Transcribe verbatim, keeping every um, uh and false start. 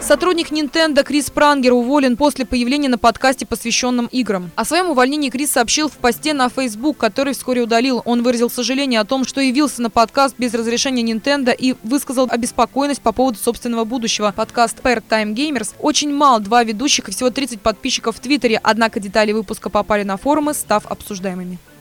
Сотрудник Nintendo Крис Прангер уволен после появления на подкасте, посвященном играм. О своем увольнении Крис сообщил в посте на Facebook, который вскоре удалил. Он выразил сожаление о том, что явился на подкаст без разрешения Nintendo и высказал обеспокоенность по поводу собственного будущего. Подкаст Part Time Gamers очень мал, два ведущих и всего тридцать подписчиков в Твиттере, однако детали выпуска попали на форумы, став обсуждаемыми.